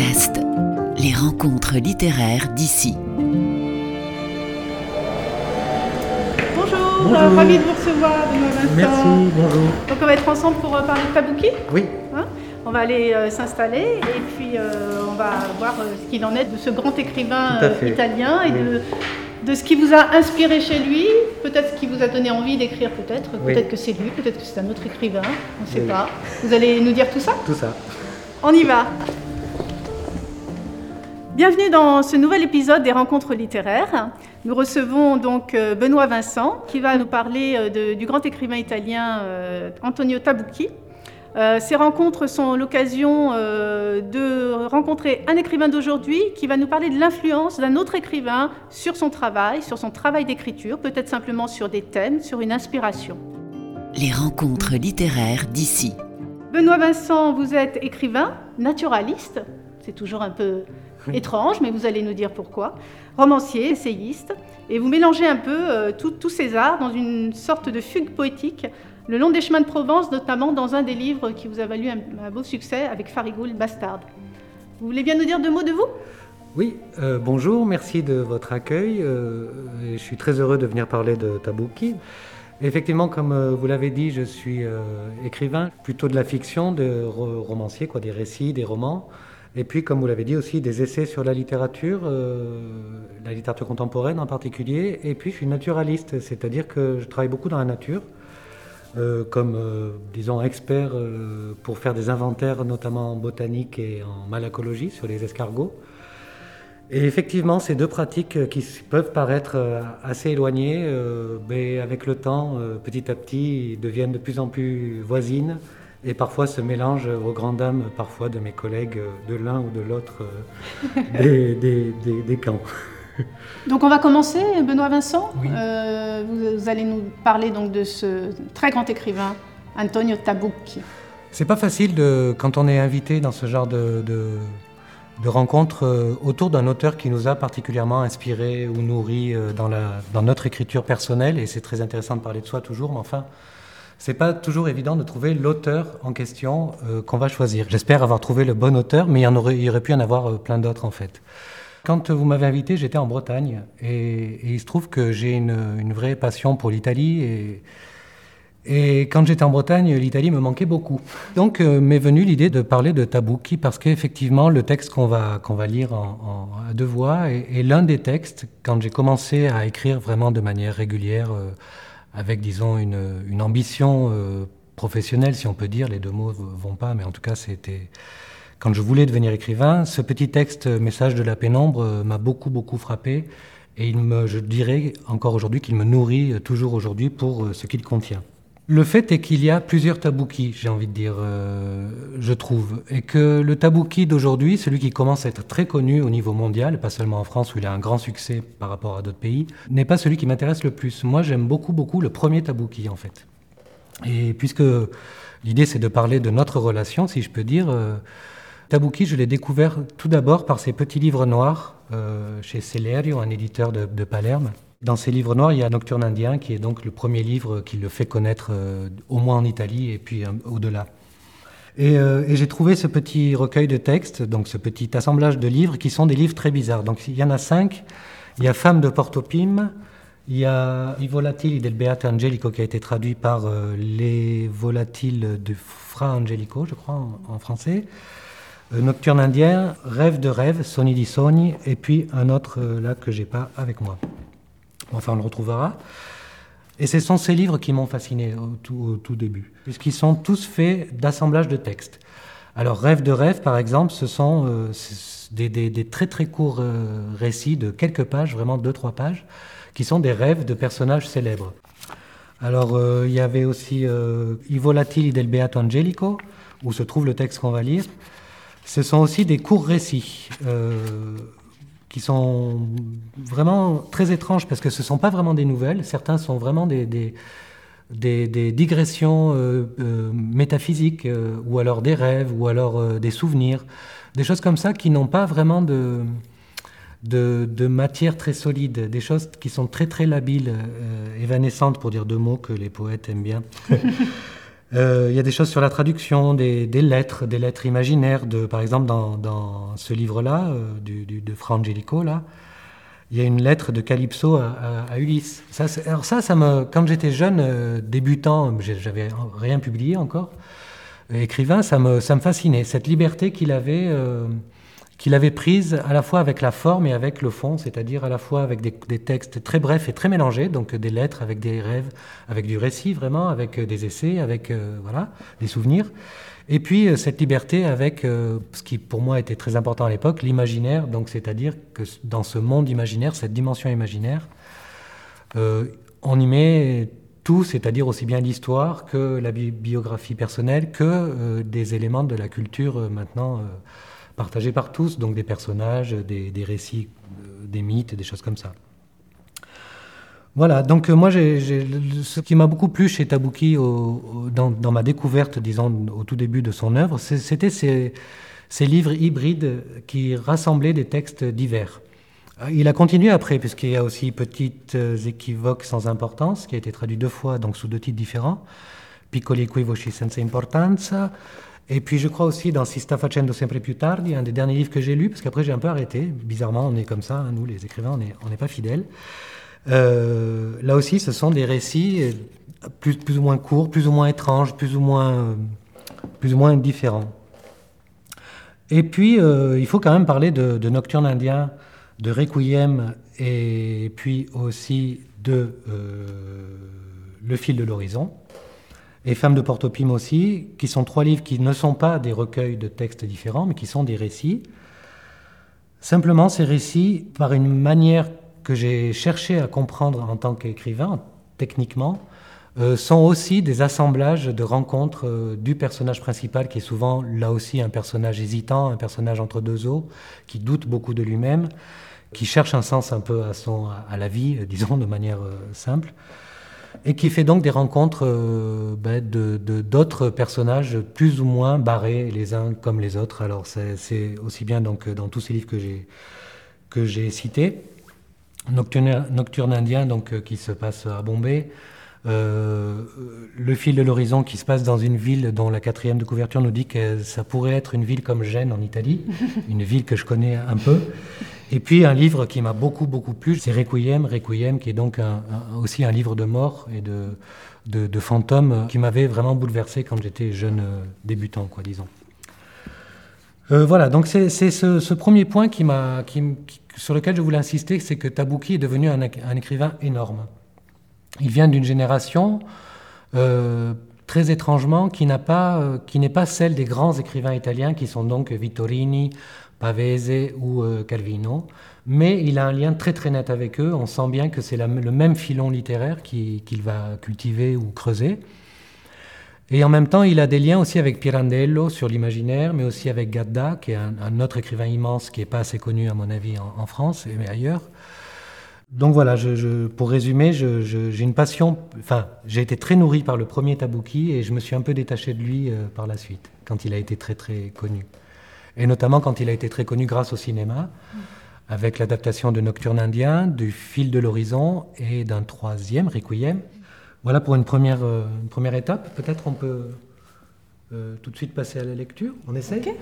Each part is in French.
podcast, les rencontres littéraires d'ici. Bonjour. Ravi de vous recevoir, Benoît Vincent. Merci, bonjour. Donc on va être ensemble pour parler de Tabouki. Oui. On va aller s'installer et puis on va voir ce qu'il en est de ce grand écrivain italien et de ce qui vous a inspiré chez lui, peut-être ce qui vous a donné envie d'écrire, peut-être que c'est lui, peut-être que c'est un autre écrivain, on ne sait pas. Vous allez nous dire tout ça ? Tout ça. On y va. Bienvenue dans ce nouvel épisode des rencontres littéraires. Nous recevons donc Benoît Vincent qui va nous parler du grand écrivain italien Antonio Tabouki. Ces rencontres sont l'occasion de rencontrer un écrivain d'aujourd'hui qui va nous parler de l'influence d'un autre écrivain sur son travail d'écriture, peut-être simplement sur des thèmes, sur une inspiration. Les rencontres littéraires d'ici. Benoît Vincent, vous êtes écrivain, naturaliste, c'est toujours un peu étrange, mais vous allez nous dire pourquoi, romancier, essayiste, et vous mélangez un peu tous ces arts dans une sorte de fugue poétique, le long des chemins de Provence, notamment dans un des livres qui vous a valu un beau succès avec Farigoule Bastard. Vous voulez bien nous dire deux mots de vous ? Oui, bonjour, merci de votre accueil. Je suis très heureux de venir parler de Tabouki. Effectivement, comme vous l'avez dit, je suis écrivain, plutôt de la fiction, de romancier, des récits, des romans. Et puis, comme vous l'avez dit aussi, des essais sur la littérature contemporaine en particulier. Et puis, je suis naturaliste, c'est-à-dire que je travaille beaucoup dans la nature. Comme expert pour faire des inventaires, notamment en botanique et en malacologie sur les escargots. Et effectivement, ces deux pratiques qui peuvent paraître assez éloignées, mais avec le temps, petit à petit, deviennent de plus en plus voisines et parfois se mélangent aux grandes dames, parfois de mes collègues de l'un ou de l'autre des camps. Donc on va commencer, Benoît Vincent. Oui. Vous allez nous parler donc de ce très grand écrivain, Antonio Tabouki. C'est pas facile quand on est invité dans ce genre de rencontre autour d'un auteur qui nous a particulièrement inspiré ou nourri dans notre écriture personnelle, et c'est très intéressant de parler de soi toujours, mais enfin, c'est pas toujours évident de trouver l'auteur en question qu'on va choisir. J'espère avoir trouvé le bon auteur, mais il y aurait pu en avoir plein d'autres en fait. Quand vous m'avez invité, j'étais en Bretagne et il se trouve que j'ai une vraie passion pour l'Italie et quand j'étais en Bretagne, l'Italie me manquait beaucoup. Donc m'est venue l'idée de parler de Tabouki parce qu'effectivement, le texte qu'on va lire à deux voix est l'un des textes, quand j'ai commencé à écrire vraiment de manière régulière, avec disons une ambition professionnelle, si on peut dire, les deux mots ne vont pas, mais en tout cas c'était... Quand je voulais devenir écrivain, ce petit texte « Message de la pénombre » m'a beaucoup, beaucoup frappé et je dirais encore aujourd'hui qu'il me nourrit toujours aujourd'hui pour ce qu'il contient. Le fait est qu'il y a plusieurs Tabouki, j'ai envie de dire, je trouve, et que le Tabouki d'aujourd'hui, celui qui commence à être très connu au niveau mondial, pas seulement en France où il a un grand succès par rapport à d'autres pays, n'est pas celui qui m'intéresse le plus. Moi, j'aime beaucoup, beaucoup le premier Tabouki, en fait. Et puisque l'idée, c'est de parler de notre relation, si je peux dire... Tabouki, je l'ai découvert tout d'abord par ses petits livres noirs chez Celerio, un éditeur de Palerme. Dans ces livres noirs, il y a Nocturne indien, qui est donc le premier livre qui le fait connaître au moins en Italie et puis au-delà. Et j'ai trouvé ce petit recueil de textes, donc ce petit assemblage de livres qui sont des livres très bizarres. Donc il y en a 5. Il y a Femme de Porto Pim, il y a I volatili del Beato Angelico qui a été traduit par Les volatiles de Fra Angelico, je crois en français. Nocturne indien, Rêve de rêve, Sogni di sogni, et puis un autre là que j'ai pas avec moi. Enfin, on le retrouvera. Et ce sont ces livres qui m'ont fasciné au tout début, puisqu'ils sont tous faits d'assemblages de textes. Alors, Rêve de rêve, par exemple, ce sont des très très courts récits de quelques pages, vraiment 2-3 pages, qui sont des rêves de personnages célèbres. Alors, il y avait aussi I volatili del Beato Angelico, où se trouve le texte qu'on va lire. Ce sont aussi des courts récits qui sont vraiment très étranges parce que ce ne sont pas vraiment des nouvelles. Certains sont vraiment des digressions métaphysiques ou alors des rêves ou alors des souvenirs. Des choses comme ça qui n'ont pas vraiment de matière très solide. Des choses qui sont très très labiles, évanescentes pour dire deux mots que les poètes aiment bien. Il y a des choses sur la traduction, des lettres imaginaires. Par exemple, dans ce livre-là, de Fra Angelico, là, il y a une lettre de Calypso à Ulysse. Quand j'étais jeune, débutant, j'avais rien publié encore, écrivain, ça me fascinait. Cette liberté qu'il avait prise à la fois avec la forme et avec le fond, c'est-à-dire à la fois avec des textes très brefs et très mélangés, donc des lettres avec des rêves, avec du récit vraiment, avec des essais, avec des souvenirs. Et puis cette liberté avec ce qui pour moi était très important à l'époque, l'imaginaire, donc c'est-à-dire que dans ce monde imaginaire, cette dimension imaginaire, on y met tout, c'est-à-dire aussi bien l'histoire que la biographie personnelle, que des éléments de la culture maintenant partagés par tous, donc des personnages, des récits, des mythes, des choses comme ça. Voilà, donc moi, ce qui m'a beaucoup plu chez Tabouki dans ma découverte, disons, au tout début de son œuvre, c'était ces livres hybrides qui rassemblaient des textes divers. Il a continué après, puisqu'il y a aussi Petites équivoques sans importance, qui a été traduit 2 fois, donc sous 2 titres différents, Piccoli equivoci senza importanza, et puis je crois aussi dans Si sta facendo sempre più tardi, un des derniers livres que j'ai lu, parce qu'après j'ai un peu arrêté, bizarrement on est comme ça, hein, nous les écrivains on n'est pas fidèles. Là aussi ce sont des récits plus ou moins courts, plus ou moins étranges, plus ou moins différents. Et puis il faut quand même parler de Nocturne indien, de Requiem, et puis aussi de Le fil de l'horizon, et Femmes de Portopim aussi, qui sont 3 livres qui ne sont pas des recueils de textes différents, mais qui sont des récits. Simplement, ces récits, par une manière que j'ai cherché à comprendre en tant qu'écrivain, techniquement, sont aussi des assemblages de rencontres du personnage principal, qui est souvent, là aussi, un personnage hésitant, un personnage entre 2 eaux, qui doute beaucoup de lui-même, qui cherche un sens un peu à la vie, disons, de manière simple, et qui fait donc des rencontres d'autres personnages plus ou moins barrés les uns comme les autres. Alors c'est aussi bien donc dans tous ces livres que j'ai cités. Nocturne indien, donc qui se passe à Bombay, Le fil de l'horizon, qui se passe dans une ville dont la 4e de couverture nous dit que ça pourrait être une ville comme Gênes en Italie, une ville que je connais un peu. Et puis un livre qui m'a beaucoup plu, c'est Requiem, qui est donc aussi un livre de mort et de fantômes, qui m'avait vraiment bouleversé quand j'étais jeune débutant, quoi, disons. Voilà, donc c'est ce premier point sur lequel je voulais insister, c'est que Tabouki est devenu un écrivain énorme. Il vient d'une génération très étrangement qui n'est pas celle des grands écrivains italiens qui sont donc Vittorini, Pavese ou Calvino, mais il a un lien très très net avec eux. On sent bien que c'est le même filon littéraire qu'il va cultiver ou creuser. Et en même temps, il a des liens aussi avec Pirandello sur l'imaginaire, mais aussi avec Gadda, qui est un autre écrivain immense qui n'est pas assez connu à mon avis en France, mais ailleurs. Donc voilà, pour résumer, j'ai une passion, j'ai été très nourri par le premier Tabouki et je me suis un peu détaché de lui par la suite, quand il a été très très connu. Et notamment quand il a été très connu grâce au cinéma, avec l'adaptation de Nocturne indien, du Fil de l'horizon et d'un 3e, Requiem. Voilà pour une première étape. Peut-être on peut tout de suite passer à la lecture. On essaie? Okay.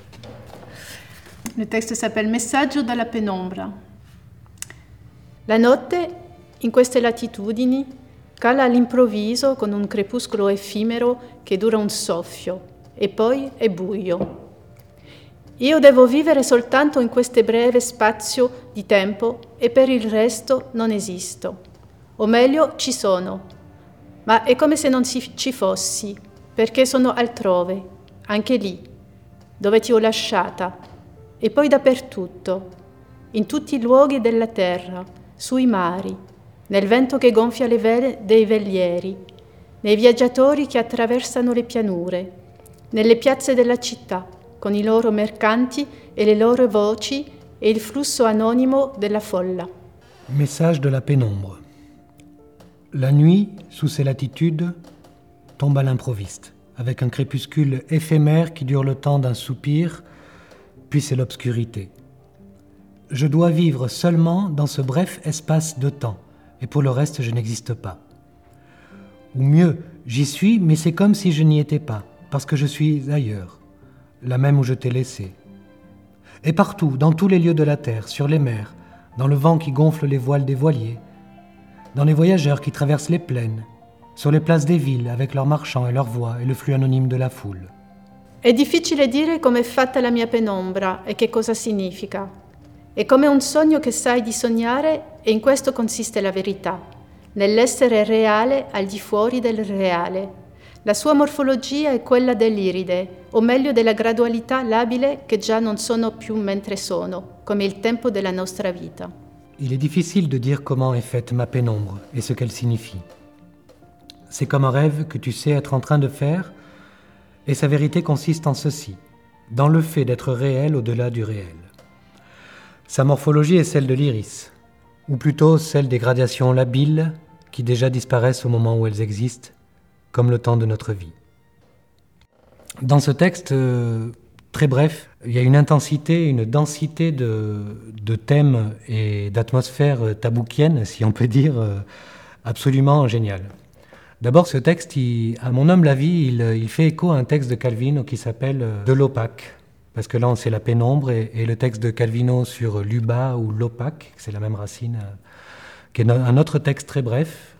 Le texte s'appelle Messaggio dalla penombra. La notte, in queste latitudini, cala all'improvviso con un crepuscolo effimero che dura un soffio e poi è buio. Io devo vivere soltanto in questo breve spazio di tempo e per il resto non esisto. O meglio, ci sono, ma è come se non ci fossi, perché sono altrove, anche lì, dove ti ho lasciata, e poi dappertutto, in tutti i luoghi della terra, sui mari, nel vento che gonfia le vele dei velieri, nei viaggiatori che attraversano le pianure, nelle piazze della città, con i loro mercanti e le loro voci e il flusso anonimo della folla. Message de la pénombre. La nuit, sous ces latitudes, tombe à l'improviste, avec un crépuscule éphémère qui dure le temps d'un soupir, puis c'est l'obscurité. Je dois vivre seulement dans ce bref espace de temps, et pour le reste je n'existe pas. Ou mieux, j'y suis, mais c'est comme si je n'y étais pas, parce que je suis ailleurs, là même où je t'ai laissé. Et partout, dans tous les lieux de la terre, sur les mers, dans le vent qui gonfle les voiles des voiliers, dans les voyageurs qui traversent les plaines, sur les places des villes avec leurs marchands et leurs voix et le flux anonyme de la foule. È difficile dire come è fatta la mia penombra e che cosa significa. È come un sogno che sai di sognare e in questo consiste la verità, nell'essere reale al di fuori del reale. La sua morfologia è quella dell'iride, o meglio della gradualità labile che già non sono più mentre sono, come il tempo della nostra vita. Il est difficile de dire comment est faite ma pénombre et ce qu'elle signifie. C'est comme un rêve que tu sais être en train de faire, et sa vérité consiste en ceci, dans le fait d'être réel au-delà du réel. Sa morphologie est celle de l'iris, ou plutôt celle des gradations labiles qui déjà disparaissent au moment où elles existent, comme le temps de notre vie. Dans ce texte, très bref, il y a une intensité, une densité de thèmes et d'atmosphères taboukiennes, si on peut dire, absolument génial. D'abord, ce texte, à mon humble avis, il fait écho à un texte de Calvino qui s'appelle « De l'opaque », parce que là, c'est la pénombre, et le texte de Calvino sur l'uba ou l'opaque, c'est la même racine, qui est un autre texte très bref.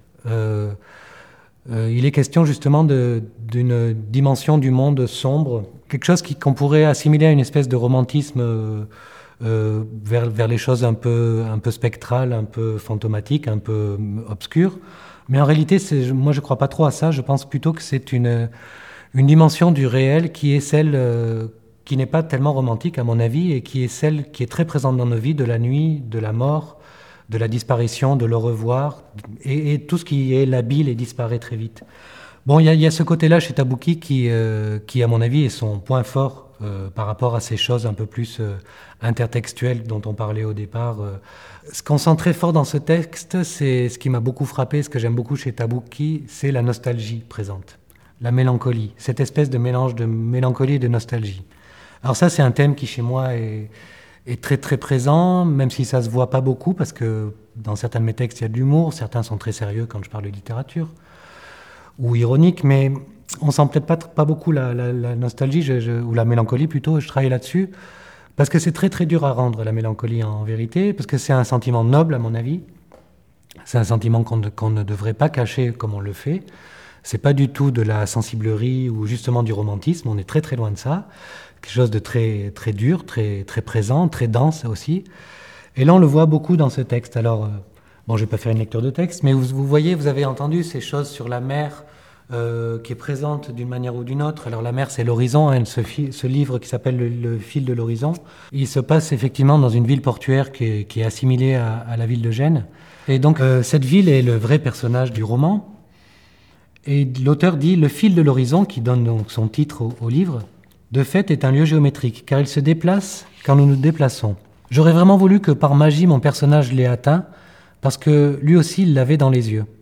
Il est question justement d'une dimension du monde sombre, quelque chose qu'on pourrait assimiler à une espèce de romantisme vers les choses un peu spectrales, un peu fantomatiques, un peu obscures. Mais en réalité, moi je ne crois pas trop à ça, je pense plutôt que c'est une dimension du réel qui est celle qui n'est pas tellement romantique à mon avis et qui est celle qui est très présente dans nos vies, de la nuit, de la mort, de la disparition, de l'au revoir, et tout ce qui est labile et disparaît très vite. Bon, il y a ce côté-là chez Tabouki qui, à mon avis, est son point fort par rapport à ces choses un peu plus intertextuelles dont on parlait au départ. Ce qu'on sent très fort dans ce texte, c'est ce qui m'a beaucoup frappé, ce que j'aime beaucoup chez Tabouki, c'est la nostalgie présente, la mélancolie, cette espèce de mélange de mélancolie et de nostalgie. Alors ça, c'est un thème qui, chez moi, est très très présent, même si ça se voit pas beaucoup, parce que dans certains de mes textes, il y a de l'humour, certains sont très sérieux quand je parle de littérature, ou ironique, mais on sent peut-être pas beaucoup la nostalgie, ou la mélancolie plutôt, je travaille là-dessus, parce que c'est très très dur à rendre, la mélancolie en vérité, parce que c'est un sentiment noble à mon avis, c'est un sentiment qu'on ne devrait pas cacher comme on le fait, c'est pas du tout de la sensiblerie ou justement du romantisme, on est très très loin de ça, quelque chose de très, très dur, très, très présent, très dense aussi. Et là, on le voit beaucoup dans ce texte. Alors, bon, je ne vais pas faire une lecture de texte, mais vous voyez, vous avez entendu ces choses sur la mer qui est présente d'une manière ou d'une autre. Alors, la mer, c'est l'horizon, hein, ce livre qui s'appelle le fil de l'horizon. Il se passe effectivement dans une ville portuaire qui est assimilée à la ville de Gênes. Et donc, cette ville est le vrai personnage du roman. Et l'auteur dit « Le fil de l'horizon », qui donne donc son titre au livre, de fait, est un lieu géométrique, car il se déplace quand nous nous déplaçons. J'aurais vraiment voulu que par magie mon personnage l'ait atteint, parce que lui aussi il l'avait dans les yeux.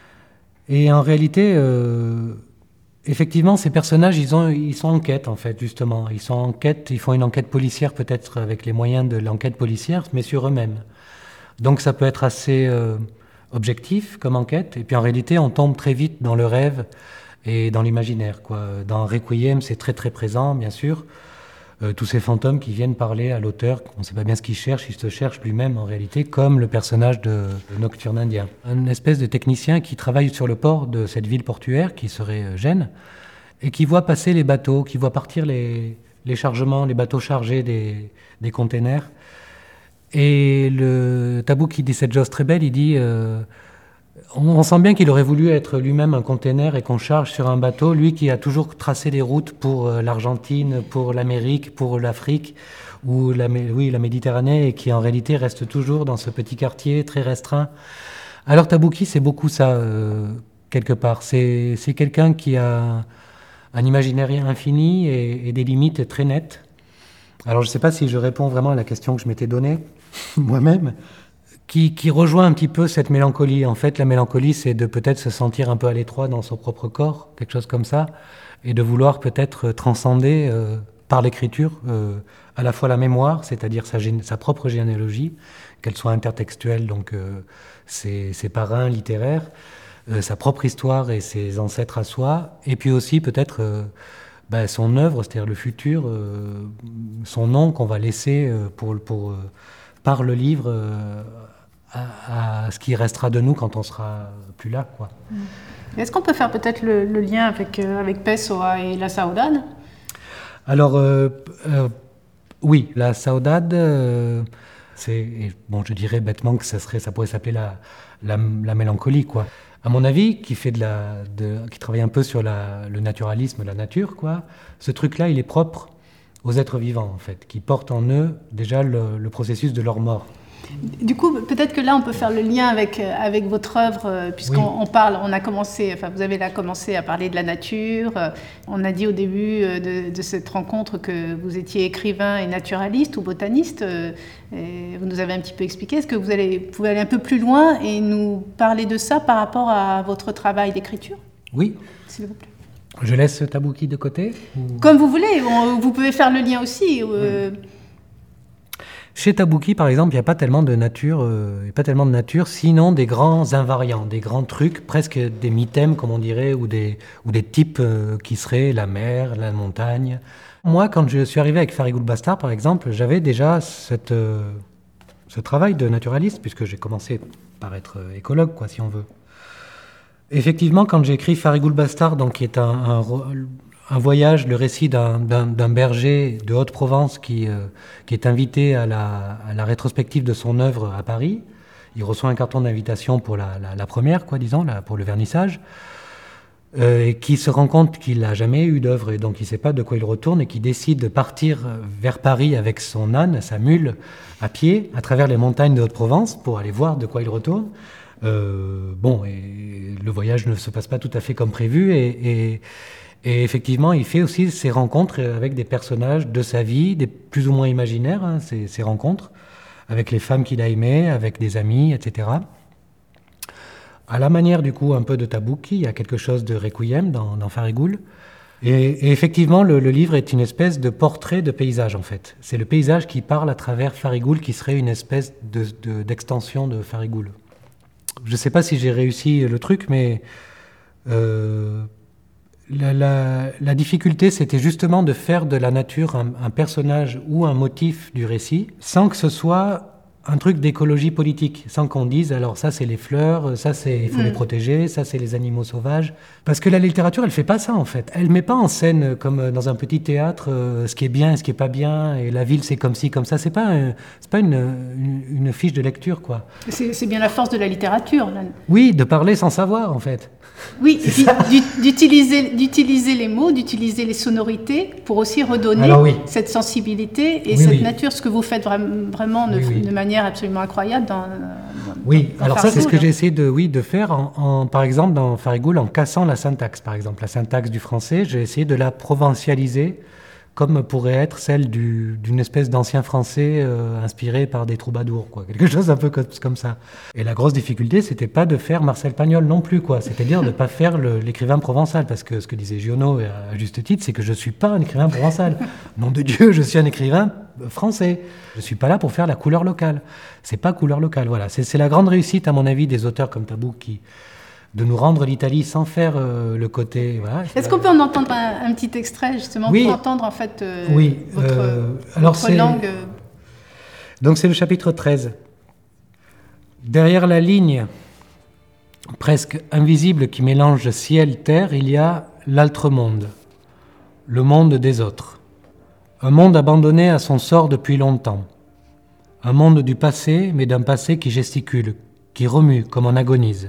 Et en réalité, effectivement, ces personnages, ils sont en quête, en fait, justement. Ils sont en quête, ils font une enquête policière, peut-être avec les moyens de l'enquête policière, mais sur eux-mêmes. Donc ça peut être assez objectif comme enquête, et puis en réalité, on tombe très vite dans le rêve, et dans l'imaginaire, quoi. Dans Requiem, c'est très très présent, bien sûr. Tous ces fantômes qui viennent parler à l'auteur, on ne sait pas bien ce qu'il cherche, il se cherche lui-même en réalité, comme le personnage de Nocturne indien. Un espèce de technicien qui travaille sur le port de cette ville portuaire, qui serait Gênes, et qui voit passer les bateaux, qui voit partir les chargements, les bateaux chargés des containers. Et le Tabouki dit cette chose très belle, il dit... On sent bien qu'il aurait voulu être lui-même un container et qu'on charge sur un bateau, lui qui a toujours tracé des routes pour l'Argentine, pour l'Amérique, pour l'Afrique ou la Méditerranée, et qui en réalité reste toujours dans ce petit quartier très restreint. Alors Tabouki, c'est beaucoup ça, quelque part. C'est quelqu'un qui a un imaginaire infini et des limites très nettes. Alors je ne sais pas si je réponds vraiment à la question que je m'étais donnée moi-même, qui rejoint un petit peu cette mélancolie. En fait, la mélancolie, c'est de peut-être se sentir un peu à l'étroit dans son propre corps, quelque chose comme ça, et de vouloir peut-être transcender par l'écriture à la fois la mémoire, c'est-à-dire sa propre généalogie, qu'elle soit intertextuelle, donc ses parrains littéraires, sa propre histoire et ses ancêtres à soi, et puis aussi peut-être son œuvre, c'est-à-dire le futur, son nom qu'on va laisser par le livre à ce qui restera de nous quand on sera plus là, quoi. Est-ce qu'on peut faire peut-être le lien avec Pessoa et la Saudade ? Alors, oui, la Saudade, je dirais bêtement que ça pourrait s'appeler la mélancolie, quoi. À mon avis, qui travaille un peu sur le naturalisme, la nature, quoi. Ce truc-là, il est propre aux êtres vivants, en fait, qui portent en eux déjà le processus de leur mort. Du coup, peut-être que là, on peut faire le lien avec votre œuvre, puisqu'on parle, vous avez là commencé à parler de la nature. On a dit au début de cette rencontre que vous étiez écrivain et naturaliste ou botaniste. Et vous nous avez un petit peu expliqué. Est-ce que vous pouvez aller un peu plus loin et nous parler de ça par rapport à votre travail d'écriture ? Oui. S'il vous plaît. Je laisse Tabouki de côté ou... Comme vous voulez. Vous pouvez faire le lien aussi. Chez Tabouki, par exemple, il n'y a pas tellement de nature, sinon des grands invariants, des grands trucs, presque des mythèmes, comme on dirait, ou des types qui seraient la mer, la montagne. Moi, quand je suis arrivé avec Farigoul Bastard, par exemple, j'avais déjà ce travail de naturaliste, puisque j'ai commencé par être écologue, quoi, si on veut. Effectivement, quand j'ai écrit Farigoul Bastard, donc, qui est un voyage, le récit d'un berger de Haute-Provence qui est invité à la rétrospective de son œuvre à Paris. Il reçoit un carton d'invitation pour la première, quoi, disons, pour le vernissage, et qui se rend compte qu'il n'a jamais eu d'œuvre, et donc il ne sait pas de quoi il retourne, et qui décide de partir vers Paris avec son âne, sa mule, à pied, à travers les montagnes de Haute-Provence, pour aller voir de quoi il retourne. Et le voyage ne se passe pas tout à fait comme prévu, et effectivement, il fait aussi ses rencontres avec des personnages de sa vie, des plus ou moins imaginaires, hein, ces rencontres, avec les femmes qu'il a aimées, avec des amis, etc. À la manière, du coup, un peu de Tabouki, il y a quelque chose de Requiem dans Farigoul. Et effectivement, le livre est une espèce de portrait de paysage, en fait. C'est le paysage qui parle à travers Farigoul, qui serait une espèce d'extension de Farigoul. Je ne sais pas si j'ai réussi le truc, mais... La difficulté, c'était justement de faire de la nature un personnage ou un motif du récit, sans que ce soit un truc d'écologie politique, sans qu'on dise, alors ça c'est les fleurs, ça il faut les protéger, ça c'est les animaux sauvages. Parce que la littérature, elle fait pas ça en fait. Elle met pas en scène, comme dans un petit théâtre, ce qui est bien et ce qui est pas bien, et la ville c'est comme ci, comme ça. C'est pas une fiche de lecture, quoi. C'est bien la force de la littérature, là. Oui, de parler sans savoir, en fait. Oui, d'utiliser les mots, d'utiliser les sonorités pour aussi redonner cette sensibilité et cette nature, ce que vous faites vraiment de manière absolument incroyable dans alors Farigoul, ça c'est ce que j'ai essayé de faire, par exemple dans Farigoul, en cassant la syntaxe, par exemple. La syntaxe du français, j'ai essayé de la provincialiser, comme pourrait être celle d'une espèce d'ancien français inspiré par des troubadours, quoi. Quelque chose un peu comme ça. Et la grosse difficulté, c'était pas de faire Marcel Pagnol non plus, quoi. C'est-à-dire de pas faire l'écrivain provençal, parce que ce que disait Giono, à juste titre, c'est que je suis pas un écrivain provençal. Nom de Dieu, je suis un écrivain français. Je suis pas là pour faire la couleur locale. C'est pas couleur locale, voilà. C'est la grande réussite, à mon avis, des auteurs comme Tabouki, de nous rendre l'Italie sans faire le côté... Voilà, est-ce qu'on peut en entendre un petit extrait, justement, pour entendre, en fait, votre langue Donc, c'est le chapitre 13. Derrière la ligne presque invisible qui mélange ciel-terre, il y a l'altre-monde, le monde des autres. Un monde abandonné à son sort depuis longtemps. Un monde du passé, mais d'un passé qui gesticule, qui remue comme on agonise.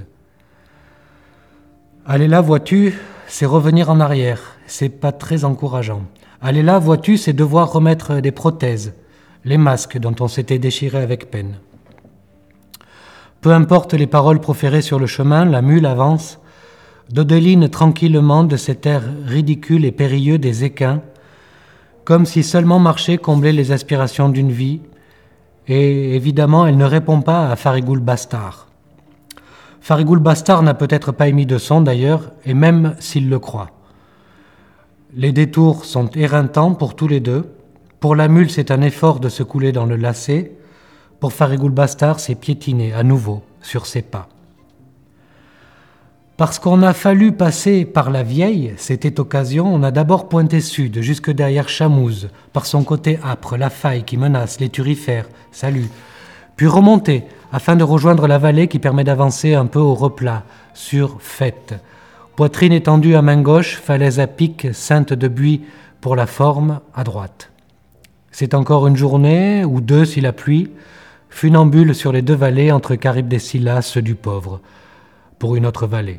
Aller là, vois-tu, c'est revenir en arrière, c'est pas très encourageant. Aller là, vois-tu, c'est devoir remettre des prothèses, les masques dont on s'était déchiré avec peine. Peu importe les paroles proférées sur le chemin, la mule avance, dodeline tranquillement de cet air ridicule et périlleux des équins, comme si seulement marcher comblait les aspirations d'une vie, et évidemment elle ne répond pas à Farigoul Bastard. Farigoul Bastard n'a peut-être pas émis de son d'ailleurs, et même s'il le croit. Les détours sont éreintants pour tous les deux. Pour la mule, c'est un effort de se couler dans le lacet. Pour Farigoul Bastard, c'est piétiner à nouveau sur ses pas. Parce qu'on a fallu passer par la vieille, c'était occasion, on a d'abord pointé sud, jusque derrière Chamouze, par son côté âpre, la faille qui menace, les turifères, salut. Puis remonter, afin de rejoindre la vallée qui permet d'avancer un peu au replat, sur Fête. Poitrine étendue à main gauche, falaise à pic, ceinte de buis pour la forme, à droite. C'est encore une journée, ou deux si la pluie, funambule sur les deux vallées entre Caribe des Scylla, ceux du pauvre, pour une autre vallée.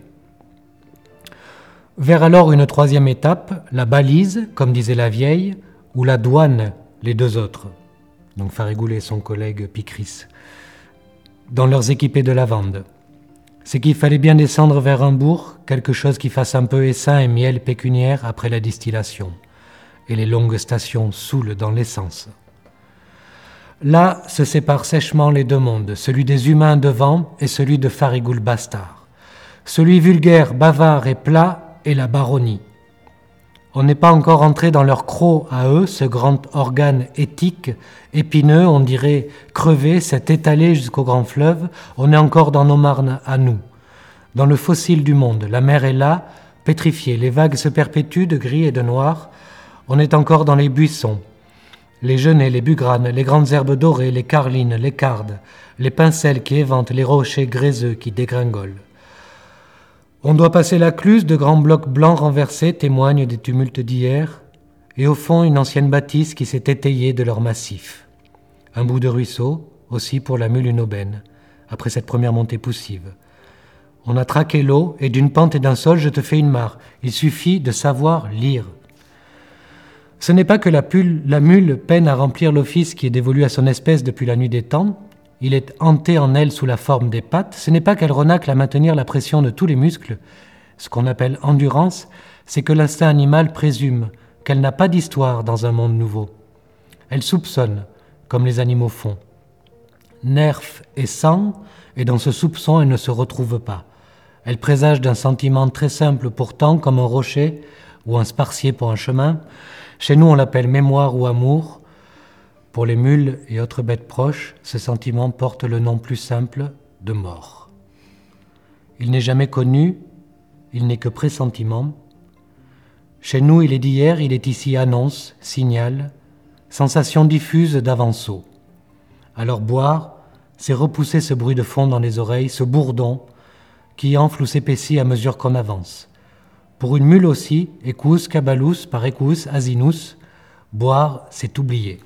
Vers alors une troisième étape, la balise, comme disait la vieille, ou la douane, les deux autres. Donc Farigoul et son collègue Picris, dans leurs équipés de lavande. C'est qu'il fallait bien descendre vers un bourg, quelque chose qui fasse un peu essaim et miel pécuniaire après la distillation, et les longues stations saoulent dans l'essence. Là se séparent sèchement les deux mondes, celui des humains devant et celui de Farigoul bastard. Celui vulgaire, bavard et plat est la baronnie. On n'est pas encore entré dans leur croc à eux, ce grand organe éthique, épineux, on dirait crevé, s'est étalé jusqu'au grand fleuve, on est encore dans nos marnes à nous. Dans le fossile du monde, la mer est là, pétrifiée, les vagues se perpétuent de gris et de noir, on est encore dans les buissons, les genêts, les bugranes, les grandes herbes dorées, les carlines, les cardes, les pincelles qui éventent, les rochers gréseux qui dégringolent. On doit passer la cluse, de grands blocs blancs renversés témoignent des tumultes d'hier, et au fond une ancienne bâtisse qui s'est étayée de leur massif. Un bout de ruisseau, aussi pour la mule une aubaine, après cette première montée poussive. On a traqué l'eau, et d'une pente et d'un sol je te fais une mare. Il suffit de savoir lire. Ce n'est pas que la mule peine à remplir l'office qui est dévolu à son espèce depuis la nuit des temps, il est hanté en elle sous la forme des pattes, ce n'est pas qu'elle renacle à maintenir la pression de tous les muscles, ce qu'on appelle endurance, c'est que l'instinct animal présume qu'elle n'a pas d'histoire dans un monde nouveau. Elle soupçonne, comme les animaux font. Nerf et sang, et dans ce soupçon elle ne se retrouve pas. Elle présage d'un sentiment très simple pourtant, comme un rocher ou un sparcier pour un chemin. Chez nous on l'appelle mémoire ou amour. Pour les mules et autres bêtes proches, ce sentiment porte le nom plus simple de mort. Il n'est jamais connu, il n'est que pressentiment. Chez nous, il est d'hier, il est ici annonce, signal, sensation diffuse d'avant-saut. Alors boire, c'est repousser ce bruit de fond dans les oreilles, ce bourdon qui enfle ou s'épaissit à mesure qu'on avance. Pour une mule aussi, écous, cabalous, par écous, asinus, boire, c'est oublier.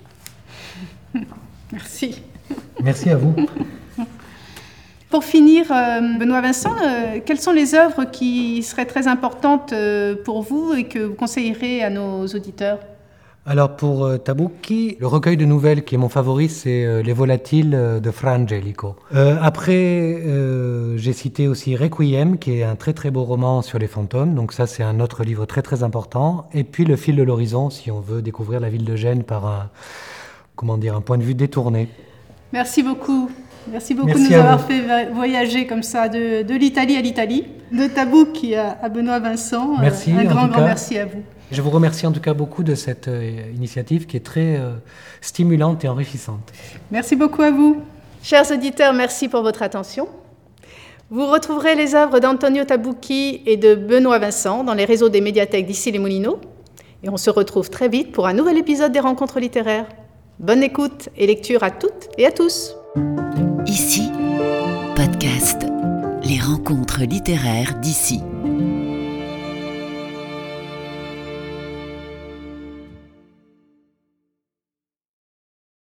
Merci. Merci à vous. Pour finir, Benoît Vincent, quelles sont les œuvres qui seraient très importantes pour vous et que vous conseillerez à nos auditeurs ? Alors pour Tabucchi, le recueil de nouvelles qui est mon favori, c'est Les Volatiles de Fra Angelico. Après, j'ai cité aussi Requiem, qui est un très très beau roman sur les fantômes, donc ça c'est un autre livre très très important. Et puis Le Fil de l'horizon, si on veut découvrir la ville de Gênes par un point de vue détourné. Merci beaucoup. Merci beaucoup Merci de nous à avoir vous. fait voyager comme ça de l'Italie à l'Italie, de Tabouk à Benoît Vincent. Merci, un grand cas. merci à vous. Je vous remercie en tout cas beaucoup de cette initiative qui est très stimulante et enrichissante. Merci beaucoup à vous. Chers auditeurs, merci pour votre attention. Vous retrouverez les œuvres d'Antonio Tabucchi et de Benoît Vincent dans les réseaux des médiathèques d'Issy-les-Moulineaux. Et on se retrouve très vite pour un nouvel épisode des Rencontres littéraires. Bonne écoute et lecture à toutes et à tous. Ici, podcast, les rencontres littéraires d'Issy.